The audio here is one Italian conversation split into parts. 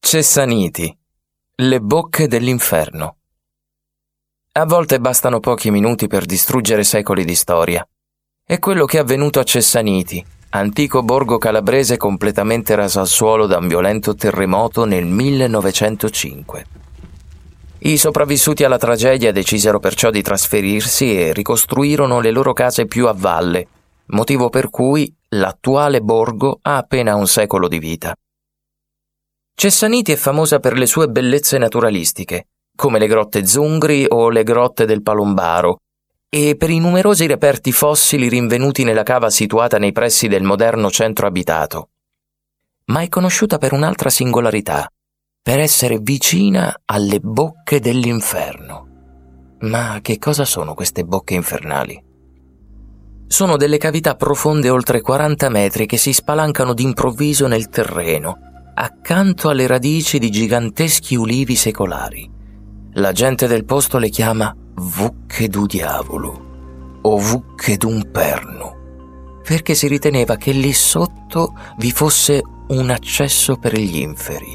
Cessaniti, le bocche dell'inferno. A volte bastano pochi minuti per distruggere secoli di storia. È quello che è avvenuto a Cessaniti, antico borgo calabrese completamente raso al suolo da un violento terremoto nel 1905. I sopravvissuti alla tragedia decisero perciò di trasferirsi e ricostruirono le loro case più a valle, motivo per cui l'attuale borgo ha appena un secolo di vita. Cessaniti è famosa per le sue bellezze naturalistiche, come le grotte Zungri o le grotte del Palombaro, e per i numerosi reperti fossili rinvenuti nella cava situata nei pressi del moderno centro abitato. Ma è conosciuta per un'altra singolarità, per essere vicina alle bocche dell'inferno. Ma che cosa sono queste bocche infernali? Sono delle cavità profonde oltre 40 metri che si spalancano d'improvviso nel terreno, accanto alle radici di giganteschi ulivi secolari. La gente del posto le chiama vucche du diavolo o vucche d'un perno, perché si riteneva che lì sotto vi fosse un accesso per gli inferi.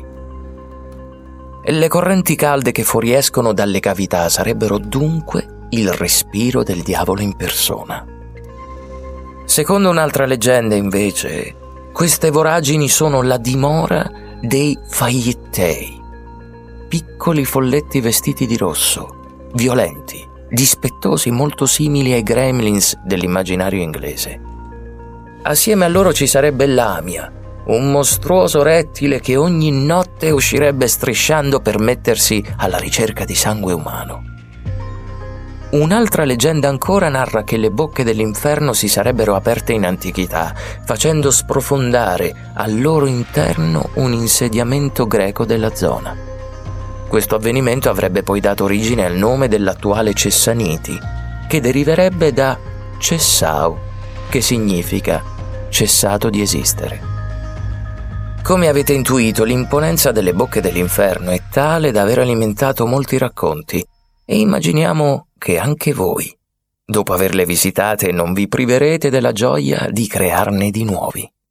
Le correnti calde che fuoriescono dalle cavità sarebbero dunque il respiro del diavolo in persona. Secondo un'altra leggenda, invece, queste voragini sono la dimora dei fayettei, piccoli folletti vestiti di rosso, violenti, dispettosi, molto simili ai gremlins dell'immaginario inglese. Assieme a loro ci sarebbe l'Amia, un mostruoso rettile che ogni notte uscirebbe strisciando per mettersi alla ricerca di sangue umano. Un'altra leggenda ancora narra che le bocche dell'inferno si sarebbero aperte in antichità, facendo sprofondare al loro interno un insediamento greco della zona. Questo avvenimento avrebbe poi dato origine al nome dell'attuale Cessaniti, che deriverebbe da Cessao, che significa cessato di esistere. Come avete intuito, l'imponenza delle bocche dell'inferno è tale da aver alimentato molti racconti, e immaginiamo che anche voi, dopo averle visitate, non vi priverete della gioia di crearne di nuovi.